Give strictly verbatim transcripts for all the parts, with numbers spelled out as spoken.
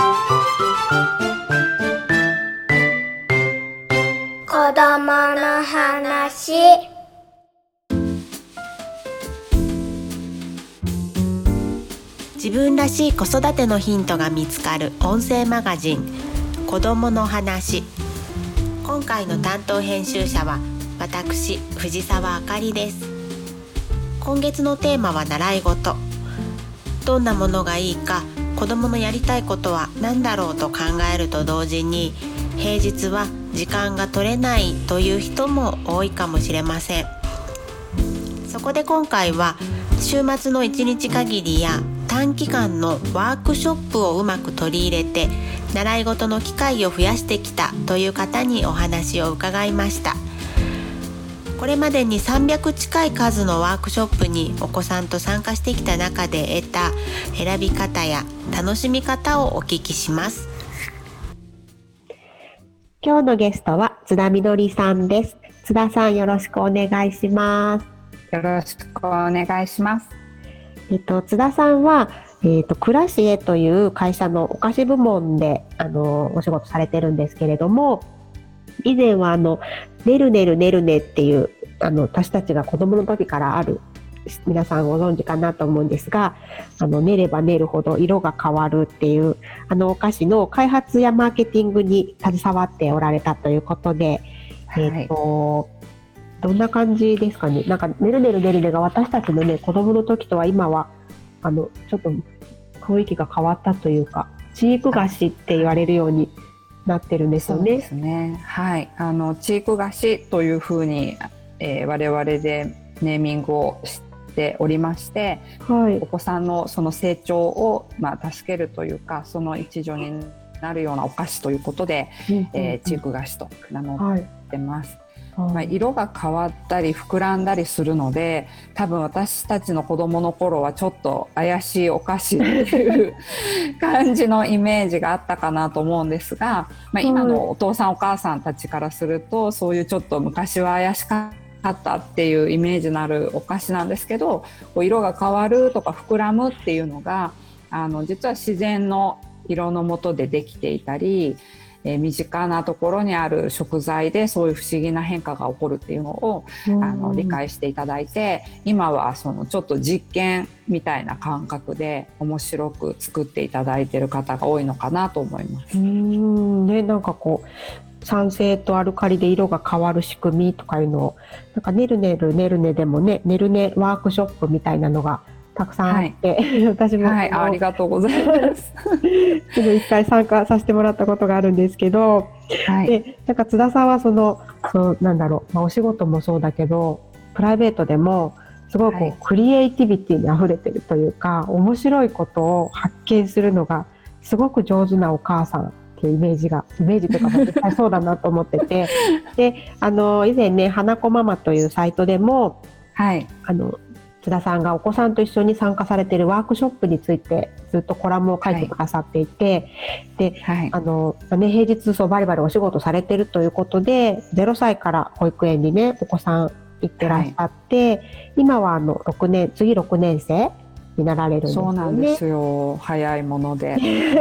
子供の話。 自分らしい子育てのヒントが見つかる音声マガジン子どもの話。今回の担当編集者は私藤沢あかりです。今月のテーマは習い事。どんなものがいいか、子どものやりたいことは何だろうと考えると同時に、平日は時間が取れないという人も多いかもしれません。そこで今回は週末のいちにち限りや短期間のワークショップをうまく取り入れて習い事の機会を増やしてきたという方にお話を伺いました。これまでにさんびゃく近い数のワークショップにお子さんと参加してきた中で得た選び方や楽しみ方をお聞きします。今日のゲストは津田みのりさんです。津田さん、よろしくお願いします。 よろしくお願いします。 えっと、津田さんは、えっと、クラシエという会社のお菓子部門であのお仕事されてるんですけれども、以前はあのねるねるねるねっていうあの私たちが子供の時からある、皆さんご存知かなと思うんですが、あの練れば練るほど色が変わるっていうあのお菓子の開発やマーケティングに携わっておられたということで、はい、えっとどんな感じですかね。なんかねるねるねるねが私たちのね子供の時とは今はあのちょっと雰囲気が変わったというか、チーク菓子って言われるようになってるんですよね。 そうですね。はい。あのチーク菓子というふうに、えー、我々でネーミングをしておりまして、はい、お子さんのその成長を、まあ、助けるというか、その一助になるようなお菓子ということで、うんうんうんえー、チーク菓子と名乗ってます。はいまあ、色が変わったり膨らんだりするので、多分私たちの子供の頃はちょっと怪しいお菓子っていう感じのイメージがあったかなと思うんですが、まあ、今のお父さんお母さんたちからするとそういうちょっと昔は怪しかったっていうイメージのあるお菓子なんですけど、こう色が変わるとか膨らむっていうのがあの実は自然の色の下でできていたり、えー、身近なところにある食材でそういう不思議な変化が起こるっていうのをあの理解していただいて、今はそのちょっと実験みたいな感覚で面白く作っていただいている方が多いのかなと思います。 うーん、ね、なんかこう酸性とアルカリで色が変わる仕組みとかいうのをなんかねるねるねるねでもねねるねワークショップみたいなのがたくさんあって、はい、私も、 はい、ありがとうございますすぐ一回参加させてもらったことがあるんですけど、はい、でなんか津田さんはそのそうなんだろう、まあ、お仕事もそうだけどプライベートでもすごいこう、はい、クリエイティビティにあふれてるというか、面白いことを発見するのがすごく上手なお母さんっていうイメージがイメージというか絶対そうだなと思っててであの以前ね花子ママというサイトでも、はい、あの津田さんがお子さんと一緒に参加されているワークショップについてずっとコラムを書いてくださっていて、はい、で、はい、あのね、平日そうバリバリお仕事されているということでゼロさいから保育園にねお子さん行ってらっしゃって、はい、今はあのろくねん次ろくねん生になられるんですよね。 そうなんですよ、早いもので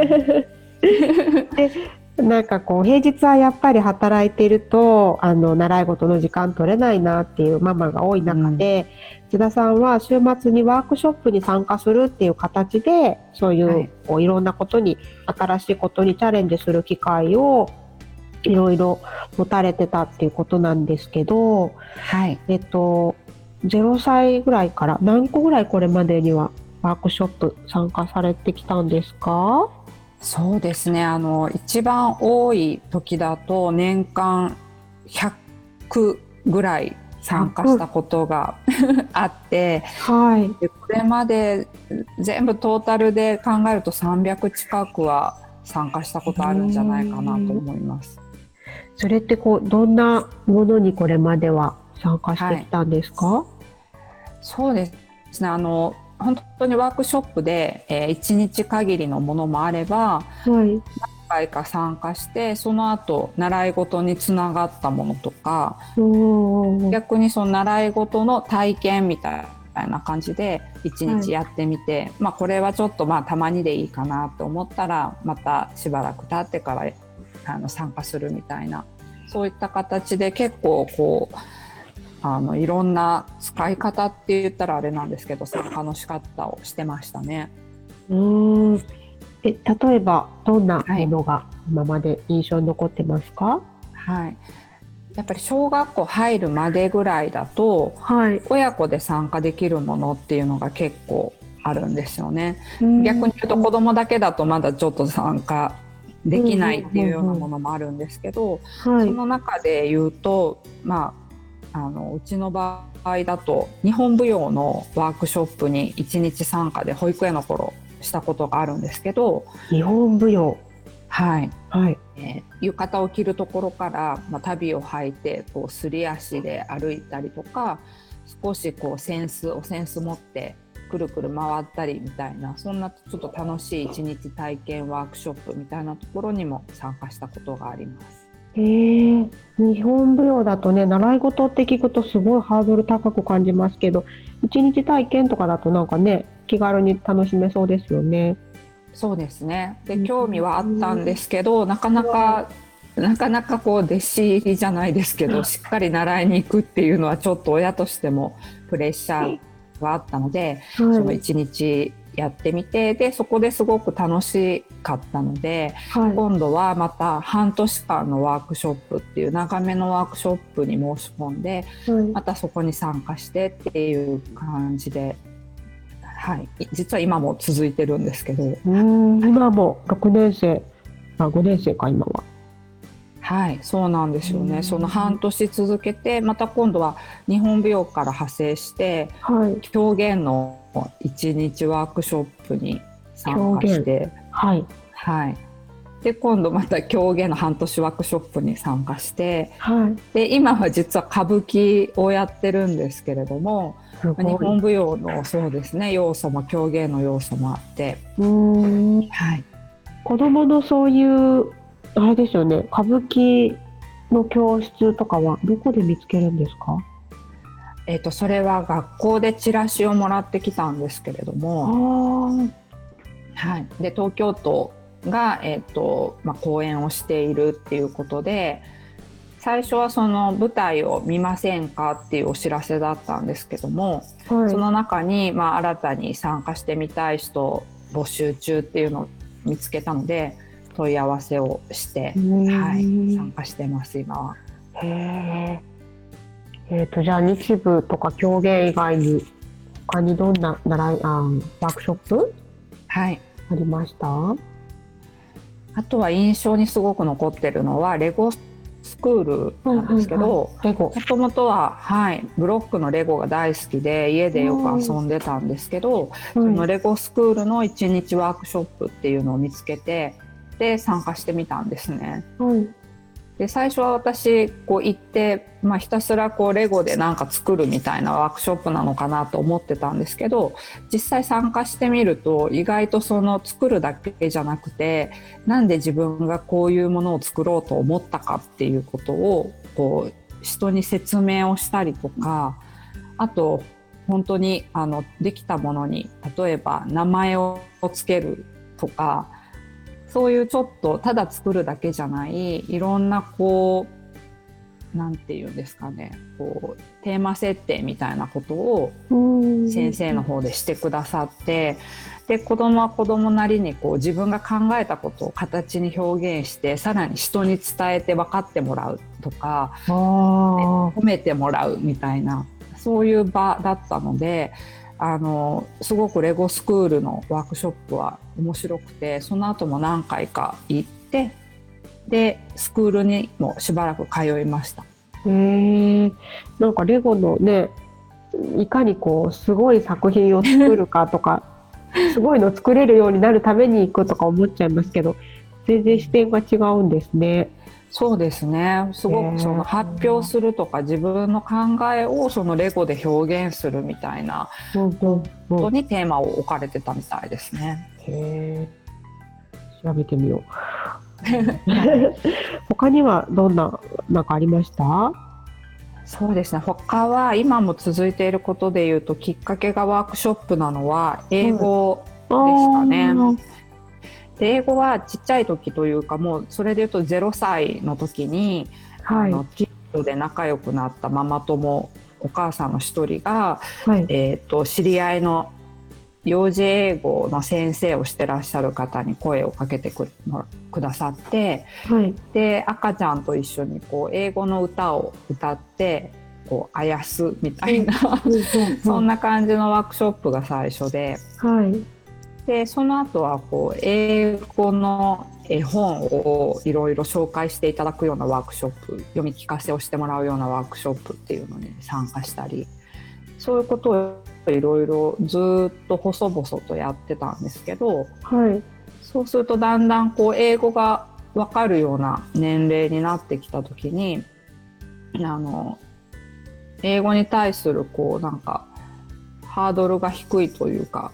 でなんかこう平日はやっぱり働いているとあの習い事の時間取れないなっていうママが多い中で、うん、津田さんは週末にワークショップに参加するっていう形でそういう、はい、こういろんなことに新しいことにチャレンジする機会をいろいろ持たれてたっていうことなんですけど、はい、えっとゼロさいぐらいから何個ぐらいこれまでにはワークショップ参加されてきたんですか？ そうですね、あの一番多い時だと年間ひゃくぐらい参加したことがあって、はい、でこれまで全部トータルで考えるとさんびゃく近くは参加したことあるんじゃないかなと思います。 それってこうどんなものにこれまでは参加してきたんですか？はい、 そうですね、あの本当にワークショップで、えー、いちにち限りのものもあれば、はい、何回か参加してその後習い事につながったものとか、逆にその習い事の体験みたいたいな感じでいちにちやってみて、はい、まあ、これはちょっとまあたまにでいいかなと思ったらまたしばらく経ってからあの参加するみたいな、そういった形で結構こうあのいろんな使い方って言ったらあれなんですけど参加の仕方をしてましたね。 うーん、え例えばどんなものが今まで印象に残ってますか？ はい、やっぱり小学校入るまでぐらいだと、はい、親子で参加できるものっていうのが結構あるんですよね。逆に言うと子供だけだとまだちょっと参加できないっていうようなものもあるんですけど、その中で言うと、まあ、あのうちの場合だと日本舞踊のワークショップにいちにち参加で保育園の頃したことがあるんですけど、 日本舞踊、 はいはい、 えー、浴衣を着るところから、まあ、足袋を履いてこうすり足で歩いたりとか、少しこう扇子お扇子持ってくるくる回ったりみたいな、そんなちょっと楽しい一日体験ワークショップみたいなところにも参加したことがあります。 へー、日本舞踊だとね、習い事って聞くとすごいハードル高く感じますけど、一日体験とかだとなんかね、気軽に楽しめそうですよね。 そうですね。で、興味はあったんですけど、なかなかなかなかこう弟子入りじゃないですけど、しっかり習いに行くっていうのはちょっと親としてもプレッシャーがあったので、はい、その一日やってみて、でそこですごく楽しかったので、はい、今度はまた半年間のワークショップっていう長めのワークショップに申し込んで、はい、またそこに参加してっていう感じで、はい、実は今も続いてるんですけど、うーん、今もろくねん生、あ、ごねん生か今は。 はい、そうなんですよね。その半年続けて、また今度は日本舞踊から派生して、はい、狂言の一日ワークショップに参加して、はいはい、で今度また狂言の半年ワークショップに参加して、はい、で今は実は歌舞伎をやってるんですけれども、日本舞踊のそうですね、要素も狂言の要素もあって、うーん、はい、子どものそういうあれですよね、歌舞伎の教室とかはどこで見つけるんですか？ えーと、それは学校でチラシをもらってきたんですけれども、はい、で東京都が、えーとまあ、講演をしているっていうことで、最初はその舞台を見ませんかっていうお知らせだったんですけども、はい、その中に、まあ、新たに参加してみたい人募集中っていうのを見つけたので問い合わせをして、はい、参加してます今は。 へー、えーと、じゃあ日舞とか狂言以外に他にどんな習いあワークショップ、はい、ありました？ あとは印象にすごく残ってるのはレゴスクールなんですけど、もともとは、はい、ブロックのレゴが大好きで家でよく遊んでたんですけど、そのレゴスクールの一日ワークショップっていうのを見つけて、で参加してみたんですね。はい、で最初は私こう行って、まあ、ひたすらこうレゴでなんか作るみたいなワークショップなのかなと思ってたんですけど、実際参加してみると意外とその作るだけじゃなくて、なんで自分がこういうものを作ろうと思ったかっていうことをこう人に説明をしたりとか、あと本当にあのできたものに例えば名前をつけるとか、そういうちょっとただ作るだけじゃないいろんなこうなんていうんですかね、こうテーマ設定みたいなことを先生の方でしてくださって、で子供は子供なりにこう自分が考えたことを形に表現して、さらに人に伝えて分かってもらうとか褒めてもらうみたいな、そういう場だったので、あのすごくレゴスクールのワークショップは面白くて、その後も何回か行って、でスクールにもしばらく通いました。 へー、なんかレゴのね、いかにこうすごい作品を作るかとかすごいの作れるようになるために行くとか思っちゃいますけど、全然視点が違うんですね。 そうですね、すごくその発表するとか自分の考えをそのレゴで表現するみたいなことにテーマを置かれてたみたいですね。 へー、調べてみよう他にはどんななんかありました？ そうですね。他は今も続いていることでいうと、きっかけがワークショップなのは英語でしたね。で英語はちっちゃい時というか、もうそれでいうとゼロさいの時に、 はい、 あの近所で仲良くなったママ友お母さんの一人が、 はい、 えー、と知り合いの幼児英語の先生をしてらっしゃる方に声をかけてくださって、 はい、 で赤ちゃんと一緒にこう英語の歌を歌ってこうあやすみたいなそんな感じのワークショップが最初で、 はい、 でその後はこう英語の絵本をいろいろ紹介していただくようなワークショップ、読み聞かせをしてもらうようなワークショップっていうのに参加したり、そういうことをいろいろずっと細々とやってたんですけど、 はい、 そうするとだんだんこう英語が分かるような年齢になってきた時に、あの英語に対するこうなんかハードルが低いというか、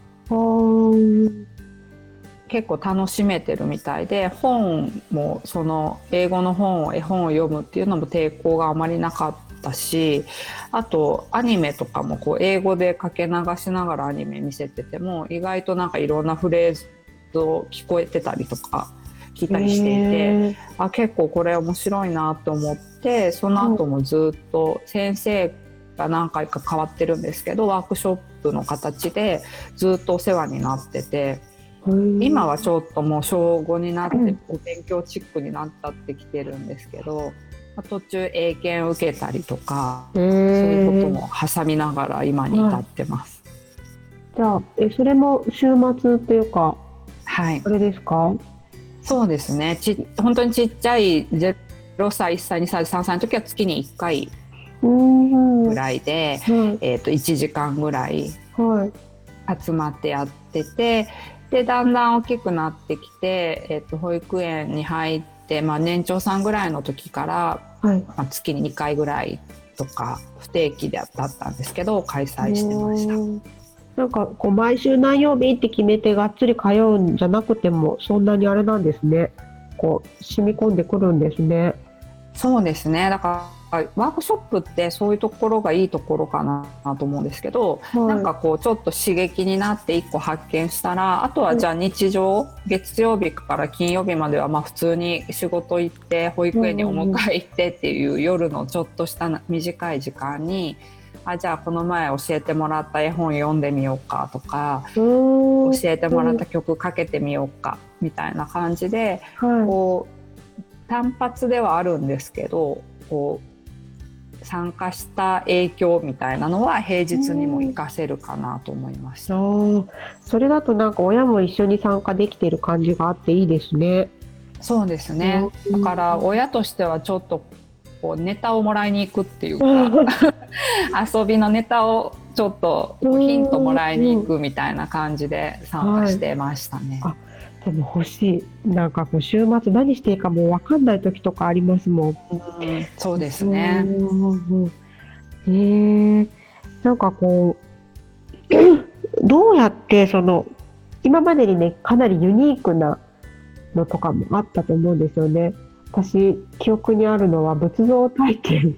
結構楽しめてるみたいで、本もその英語の本を絵本を読むっていうのも抵抗があまりなかったし、あとアニメとかもこう英語でかけ流しながらアニメ見せてても意外となんかいろんなフレーズを聞こえてたりとか聞いたりしていて、あ結構これ面白いなと思って、その後もずっと先生が何回か変わってるんですけどワークショップの形でずっとお世話になってて、今はちょっともう小ごになってお勉強チックになったってきてるんですけど、途中英検を受けたりとかそういうことも挟みながら今に至ってます。 じゃあえそれも週末っていうか、 はい、 あれですか？ そうですね。ち本当にちっちゃいゼロさい、いっさい、にさい、さんさいの時は月にいっかいぐらいで、 うん、 えー、といちじかんぐらい集まってやってて、でだんだん大きくなってきて、えー、と保育園に入って、まあ、年長さんぐらいの時から、 はいまあ、月ににかいぐらいとか不定期だったんですけど開催してました。 なんかこう毎週何曜日って決めてがっつり通うんじゃなくてもそんなにあれなんですね。こう染み込んでくるんですね。 そうですね。だからワークショップってそういうところがいいところかなと思うんですけど、はい、なんかこうちょっと刺激になっていっこ発見したら、あとはじゃあ日常、うん、月曜日から金曜日まではまあ普通に仕事行って保育園にお迎え行ってっていう夜のちょっとした短い時間に、あじゃあこの前教えてもらった絵本読んでみようかとか、教えてもらった曲かけてみようかみたいな感じで、はい、こう単発ではあるんですけど、こう参加した影響みたいなのは平日にも活かせるかなと思いました。 うん、それだとなんか親も一緒に参加できている感じがあっていいですね。 そうですね。だから親としてはちょっとこうネタをもらいに行くっていうか遊びのネタをちょっとヒントもらいに行くみたいな感じで参加してましたね。 はい、あでも欲しい。なんかこう週末何していいかもう分かんない時とかありますもん。うん、 そうですね。 うんえー、なんかこうどうやってその今までにねかなりユニークなのとかもあったと思うんですよね。私記憶にあるのは仏像体験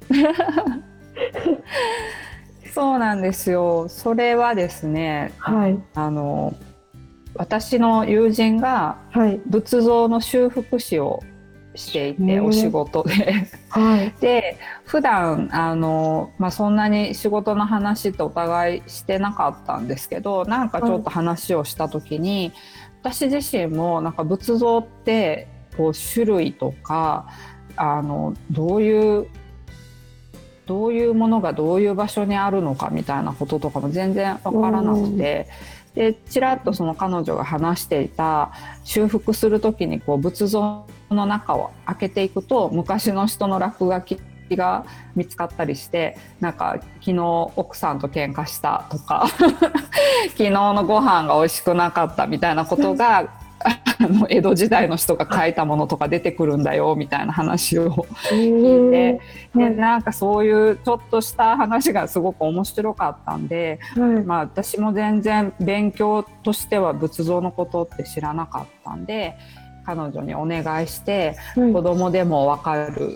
そうなんですよ。それはですね、 はい、 あの私の友人が仏像の修復師をしていて、はい、お仕事で、はい、で普段あの、まあ、そんなに仕事の話ってお互いしてなかったんですけど、なんかちょっと話をした時に、はい、私自身もなんか仏像ってこう種類とかあのどういうどういうものがどういう場所にあるのかみたいなこととかも全然わからなくて、でちらっとその彼女が話していた修復する時にこう仏像の中を開けていくと昔の人の落書きが見つかったりして、なんか昨日奥さんと喧嘩したとか昨日のご飯が美味しくなかったみたいなことがあの江戸時代の人が書いたものとか出てくるんだよみたいな話を聞いて、でなんかそういうちょっとした話がすごく面白かったんで、まあ、私も全然勉強としては仏像のことって知らなかったんで、彼女にお願いして子供でも分かる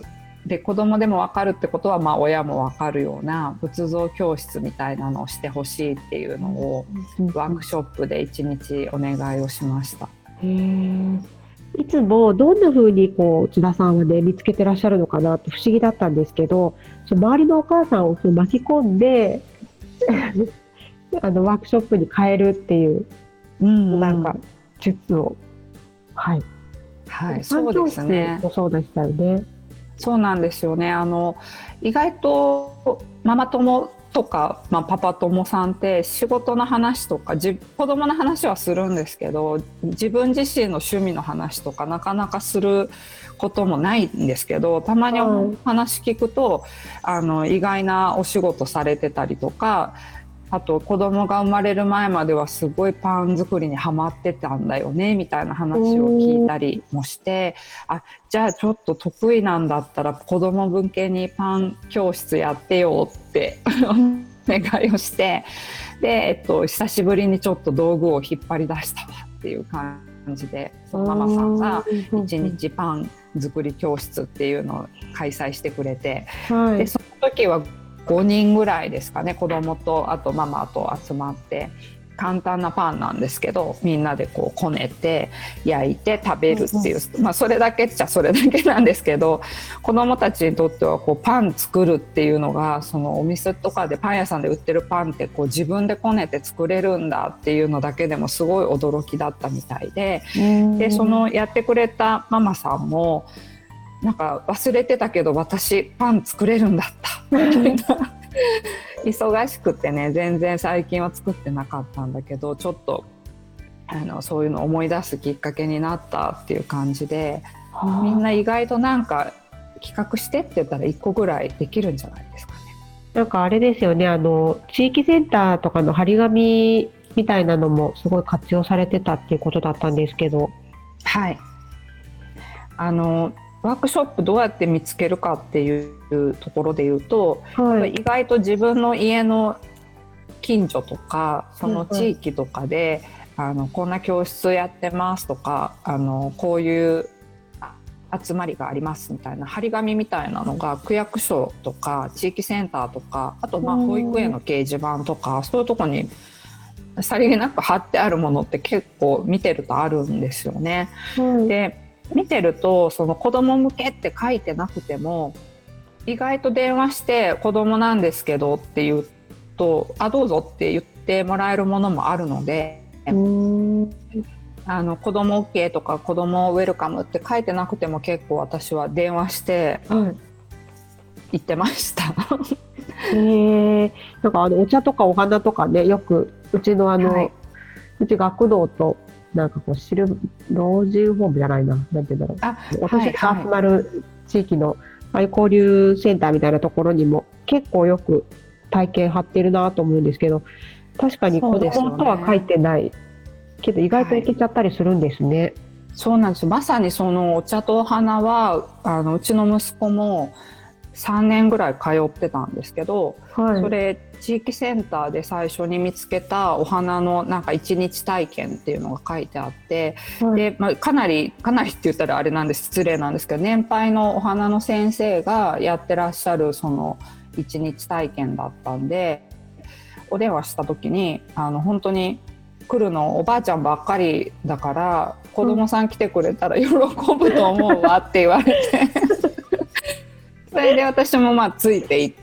で子供でも分かるってことは、まあ、親も分かるような仏像教室みたいなのをしてほしいっていうのをワークショップでいちにちお願いをしました。 へー。いつもどんな風にこう津田さんはね見つけてらっしゃるのかなって不思議だったんですけど、その周りのお母さんをその巻き込んであのワークショップに変えるっていう、 うん、 なんか術を、はい、 はい、そうですね。 もそうでしたよね。 そうなんですよね。あの意外とママ友とか、まあ、パパ友さんって仕事の話とかじ子供の話はするんですけど、自分自身の趣味の話とかなかなかすることもないんですけど、たまにお話聞くと、あの意外なお仕事されてたりとか、あと子供が生まれる前まではすごいパン作りにハマってたんだよねみたいな話を聞いたりもして、あ、じゃあちょっと得意なんだったら子供向けにパン教室やってよってお願いをして、で、えっと、久しぶりにちょっと道具を引っ張り出したわっていう感じで、そのママさんがいちにちパン作り教室っていうのを開催してくれて、 はい、 でその時はごにんぐらいですかね、子供とあとママと集まって、簡単なパンなんですけどみんなでこうこねて焼いて食べるっていう、まあ、それだけっちゃそれだけなんですけど、子供たちにとってはこうパン作るっていうのが、そのお店とかでパン屋さんで売ってるパンってこう自分でこねて作れるんだっていうのだけでもすごい驚きだったみたいで、でそのやってくれたママさんもなんか忘れてたけど私パン作れるんだったみたいな忙しくてね全然最近は作ってなかったんだけど、ちょっとあのそういうのを思い出すきっかけになったっていう感じで、みんな意外となんか企画してって言ったらいっこぐらいできるんじゃないですかね。 なんかあれですよね、あの地域センターとかの張り紙みたいなのもすごい活用されてたっていうことだったんですけど。 はい、あのワークショップどうやって見つけるかっていうところで言うと、はい、意外と自分の家の近所とかその地域とかで、はい、あのこんな教室やってますとか、あのこういう集まりがありますみたいな張り紙みたいなのが区役所とか地域センターとか、あとまあ保育園の掲示板とか、そういうとこにさりげなく貼ってあるものって結構見てるとあるんですよね。はい、で見てるとその子供向けって書いてなくても意外と電話して子供なんですけどって言うと、あどうぞって言ってもらえるものもあるので、うーんあの子供 OK とか子供ウェルカムって書いてなくても結構私は電話して言ってました。 へー。なんかあのお茶とかお花とかね、よくうちのあの、はい、うち学童となんかこう知る老人ホームじゃないな、なんていうんだろう、お年寄りが集まる地域の、はいはい、交流センターみたいなところにも結構よく体験貼ってるなと思うんですけど、確かに子供とは書いてないけど意外といけちゃったりするんですね。はい、 そうなんです。まさにそのお茶とお花はあのうちの息子もさんねんぐらい通ってたんですけど、はい、それ地域センターで最初に見つけたお花のなんか一日体験っていうのが書いてあって、はい、でまあ、かなりかなりって言ったらあれなんで失礼なんですけど、年配のお花の先生がやってらっしゃるその一日体験だったんで、お電話した時にあの本当に来るのおばあちゃんばっかりだから子供さん来てくれたら喜ぶと思うわって言われてそれで私もまあついていって、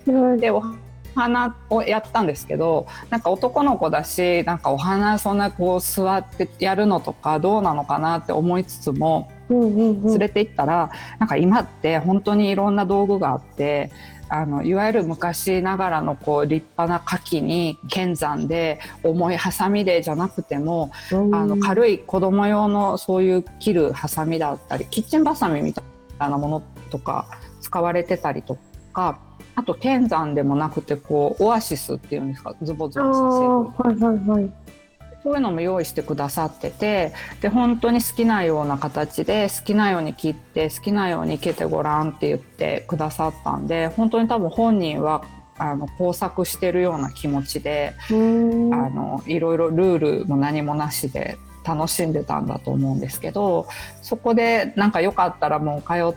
でお花をやったんですけど、なんか男の子だしなんかお花そんなこう座ってやるのとかどうなのかなって思いつつも、連れて行ったらなんか今って本当にいろんな道具があって、あのいわゆる昔ながらのこう立派な花器に剣山で重いハサミでじゃなくても、あの軽い子供用のそういう切るハサミだったりキッチンバサミみたいなものとか使われてたりとか、あと剣山でもなくてこうオアシスっていうんですか、ズボズボさせる、はいはいはい、そういうのも用意してくださってて、で本当に好きなような形で好きなように切って好きなように切ってごらんって言ってくださったんで、本当に多分本人はあの工作してるような気持ちで、あのいろいろルールも何もなしで楽しんでたんだと思うんですけど、そこでなんかよかったらもう通っ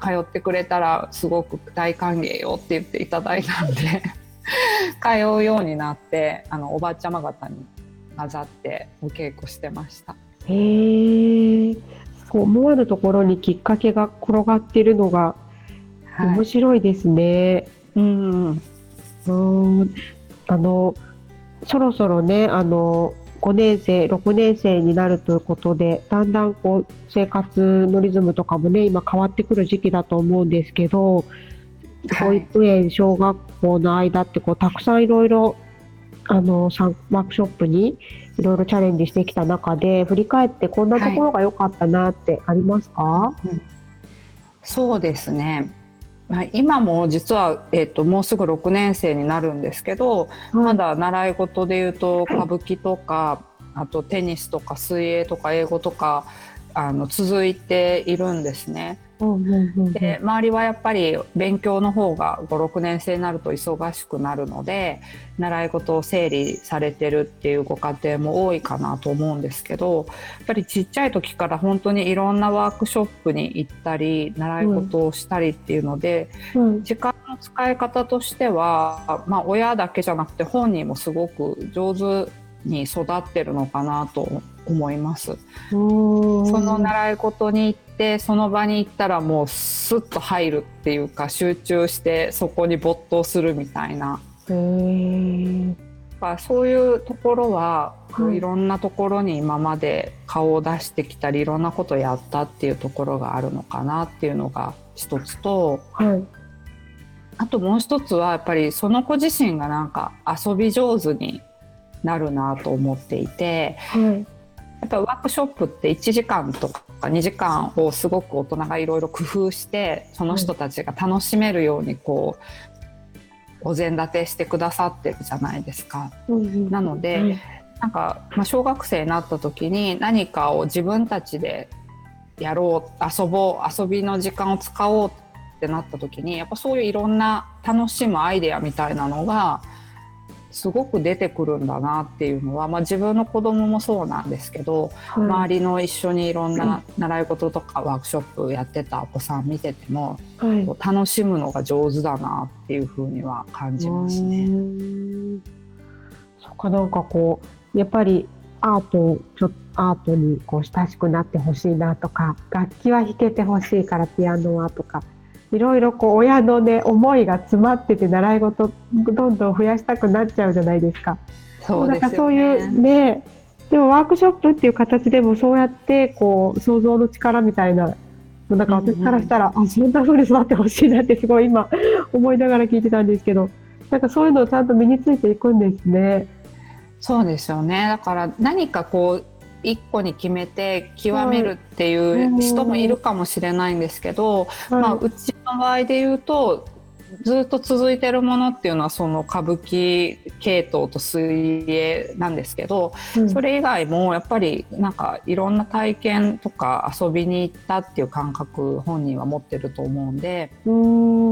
通ってくれたらすごく大歓迎よって言っていただいたんで通うようになって、あのおばあちゃま方に混ざってお稽古してました。 へえ、思わぬところにきっかけが転がっているのが面白いですね。 はい、うんうん、あのそろそろね、あのごねん生ろくねん生になるということで、だんだんこう生活のリズムとかもね今変わってくる時期だと思うんですけど、保育園小学校の間ってこうたくさんいろいろあのワークショップにいろいろチャレンジしてきた中で、振り返ってこんなところが良かったなってありますか？はい、 うん、そうですね、まあ、今も実は、えーと、もうすぐろくねん生になるんですけど、はい、まだ習い事でいうと歌舞伎とか、あとテニスとか水泳とか英語とかあの続いているんですね。で、周りはやっぱり勉強の方がご、ろくねん生になると忙しくなるので、習い事を整理されてるっていうご家庭も多いかなと思うんですけど、やっぱりちっちゃい時から本当にいろんなワークショップに行ったり習い事をしたりっていうので、うん、時間の使い方としては、まあ、親だけじゃなくて本人もすごく上手に育ってるのかなと思います。その習い事に行ってその場に行ったらもうスッと入るっていうか、集中してそこに没頭するみたいな。へー、そういうところは、はい、いろんなところに今まで顔を出してきたりいろんなことをやったっていうところがあるのかなっていうのが一つと、はい、あともう一つはやっぱりその子自身がなんか遊び上手になるなと思っていて、はい、やっぱワークショップっていちじかんとかにじかんをすごく大人がいろいろ工夫してその人たちが楽しめるようにこうお膳立てしてくださってるじゃないですか。うん、なので、うん、なんか、まあ、小学生になった時に何かを自分たちでやろう、遊ぼう、遊びの時間を使おうってなった時にやっぱそういういろんな楽しむアイデアみたいなのがすごく出てくるんだなっていうのは、まあ、自分の子供もそうなんですけど、はい、周りの一緒にいろんな習い事とかワークショップやってたお子さん見てても、はい、楽しむのが上手だなっていうふうには感じますね。 そっか、なんかこうやっぱりアートちょアートにこう親しくなってほしいなとか、楽器は弾けてほしいからピアノはとか、いろいろこう親のね思いが詰まってて習い事どんどん増やしたくなっちゃうじゃないですか。 そうですよね。 だからそういうね、でもワークショップっていう形でもそうやってこう想像の力みたいな、なんか私からしたら、うんうん、あ、そんな風に育ってほしいなってすごい今思いながら聞いてたんですけど、なんかそういうのをちゃんと身についていくんですね。 そうですよね。だから何かこう一個に決めて極めるっていう人もいるかもしれないんですけど、はい、まあ、うちの場合で言うとずっと続いてるものっていうのはその歌舞伎系統と水泳なんですけど、うん、それ以外もやっぱりなんかいろんな体験とか遊びに行ったっていう感覚本人は持ってると思うんで、うん、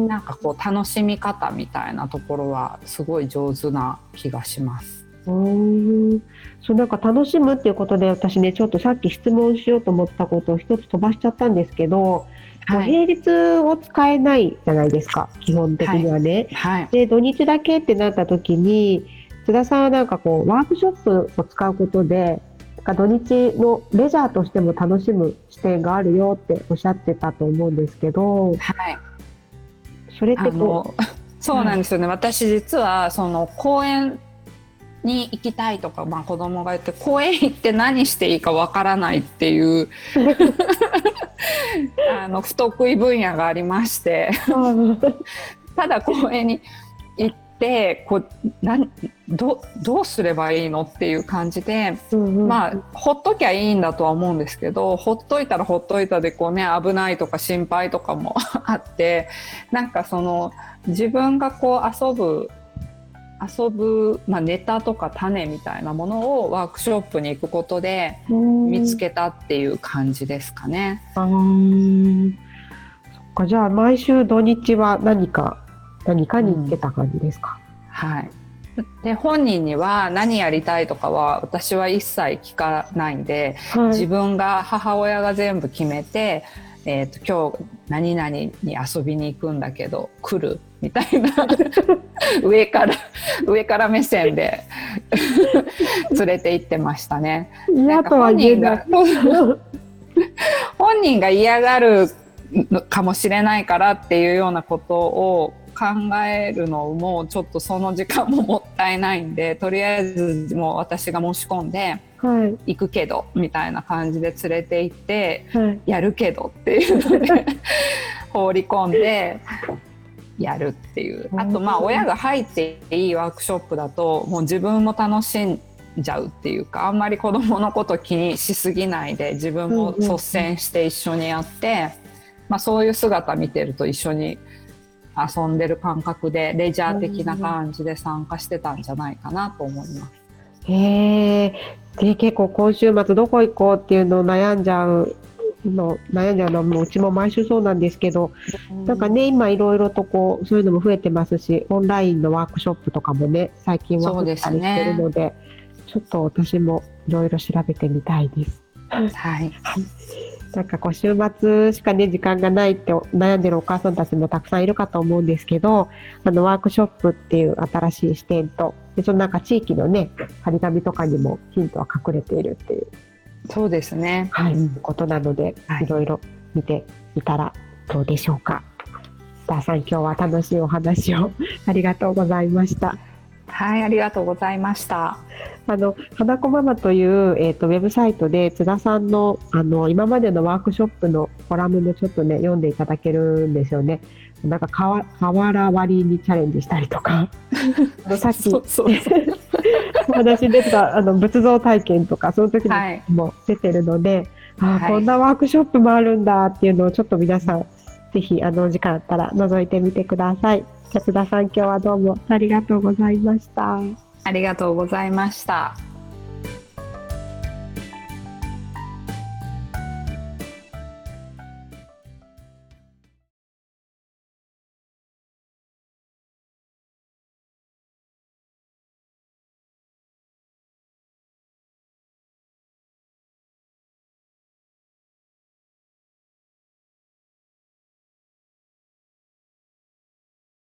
なんかこう楽しみ方みたいなところはすごい上手な気がします。 うーん、そう、なんか楽しむっていうことで私ねちょっとさっき質問しようと思ったことを一つ飛ばしちゃったんですけど、はい、もう平日を使えないじゃないですか基本的にはね、はいはい、で土日だけってなった時に津田さんはなんかこうワークショップを使うことで土日のレジャーとしても楽しむ視点があるよっておっしゃってたと思うんですけど、はい、それってこうそうなんですよね、はい、私実はその公園に行きたいとか、まあ、子供が言って公園行って何していいかわからないっていうあの不得意分野がありましてただ公園に行ってこうなんどどうすればいいのっていう感じで、うんうん、まあほっときゃいいんだとは思うんですけど、ほっといたらほっといたでこう、ね、危ないとか心配とかもあって、なんかその自分がこう遊ぶ遊ぶ、まあ、ネタとか種みたいなものをワークショップに行くことで見つけたっていう感じですかね。 あー、そっか、じゃあ毎週土日は何か何かに行ってた感じですか？ うん、はい。で本人には何やりたいとかは私は一切聞かないんで、はい、自分が母親が全部決めてえーと今日何々に遊びに行くんだけど来るみたいな上から上から目線で連れて行ってましたね。 嫌とは言えない。 本人が嫌がるかもしれないからっていうようなことを考えるのもちょっとその時間ももったいないんで、とりあえずもう私が申し込んではい行くけどみたいな感じで連れて行ってはいやるけどっていうので放り込んでやるっていう。あとまあ親が入っていいワークショップだともう自分も楽しんじゃうっていうか、あんまり子どものこと気にしすぎないで自分も率先して一緒にやって、まあ、そういう姿見てると一緒に遊んでる感覚でレジャー的な感じで参加してたんじゃないかなと思います。 へえ。で結構今週末どこ行こうっていうのを悩んじゃうの悩んじゃうのはもううちも毎週そうなんですけど、なんかね今いろいろとこうそういうのも増えてますし、オンラインのワークショップとかもね最近は増えたりしてるので、ちょっと私もいろいろ調べてみたいです。 はいなんかこう週末しかね時間がないって悩んでるお母さんたちもたくさんいるかと思うんですけど、あのワークショップっていう新しい視点と、でそのなんか地域のね張り紙とかにもヒントは隠れているっていう、 そうですね、 はいうんことなので、 はいいろいろ見てみたらどうでしょうか。ダーさん今日は楽しいお話をありがとうございました。 はい、ありがとうございました。 あの花子ママという、えー、とウェブサイトで津田さんの、あの今までのワークショップのコラムもちょっとね読んでいただけるんですよね。なんかかわ瓦割りにチャレンジしたりとかあのさっきそうそうお話に出てたあの仏像体験とかその時にはいも出てるので、あーはいこんなワークショップもあるんだっていうのをちょっと皆さんぜひあのお時間あったら覗いてみてください。じゃあ津田さん今日はどうもありがとうございました。 ありがとうございました。